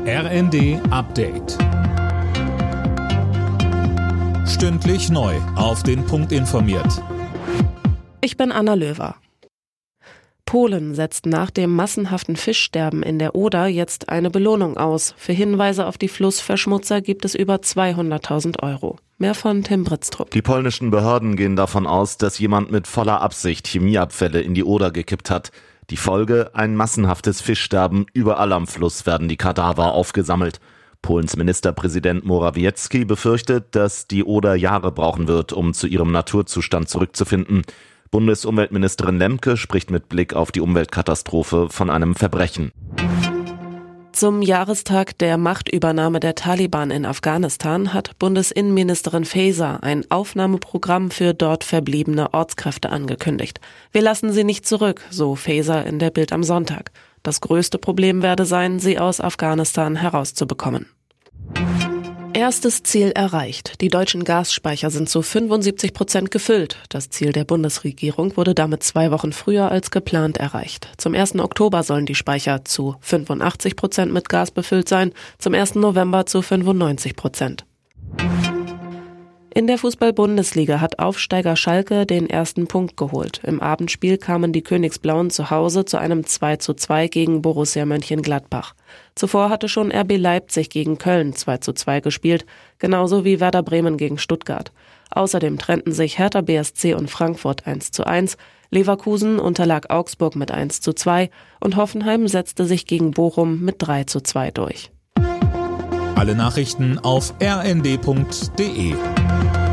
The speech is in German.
RND Update. Stündlich neu auf den Punkt informiert. Ich bin Anna Löwer. Polen setzt nach dem massenhaften Fischsterben in der Oder jetzt eine Belohnung aus. Für Hinweise auf die Flussverschmutzer gibt es über 200.000 €. Mehr von Tim Britztrup. Die polnischen Behörden gehen davon aus, dass jemand mit voller Absicht Chemieabfälle in die Oder gekippt hat. Die Folge: ein massenhaftes Fischsterben. Überall am Fluss werden die Kadaver aufgesammelt. Polens Ministerpräsident Morawiecki befürchtet, dass die Oder Jahre brauchen wird, um zu ihrem Naturzustand zurückzufinden. Bundesumweltministerin Lemke spricht mit Blick auf die Umweltkatastrophe von einem Verbrechen. Zum Jahrestag der Machtübernahme der Taliban in Afghanistan hat Bundesinnenministerin Faeser ein Aufnahmeprogramm für dort verbliebene Ortskräfte angekündigt. Wir lassen sie nicht zurück, so Faeser in der Bild am Sonntag. Das größte Problem werde sein, sie aus Afghanistan herauszubekommen. Erstes Ziel erreicht. Die deutschen Gasspeicher sind zu 75% gefüllt. Das Ziel der Bundesregierung wurde damit 2 Wochen früher als geplant erreicht. Zum 1. Oktober sollen die Speicher zu 85% mit Gas befüllt sein, zum 1. November zu 95%. In der Fußball-Bundesliga hat Aufsteiger Schalke den ersten Punkt geholt. Im Abendspiel kamen die Königsblauen zu Hause zu einem 2:2 gegen Borussia Mönchengladbach. Zuvor hatte schon RB Leipzig gegen Köln 2:2 gespielt, genauso wie Werder Bremen gegen Stuttgart. Außerdem trennten sich Hertha BSC und Frankfurt 1:1, Leverkusen unterlag Augsburg mit 1:2 und Hoffenheim setzte sich gegen Bochum mit 3:2 durch. Alle Nachrichten auf rnd.de.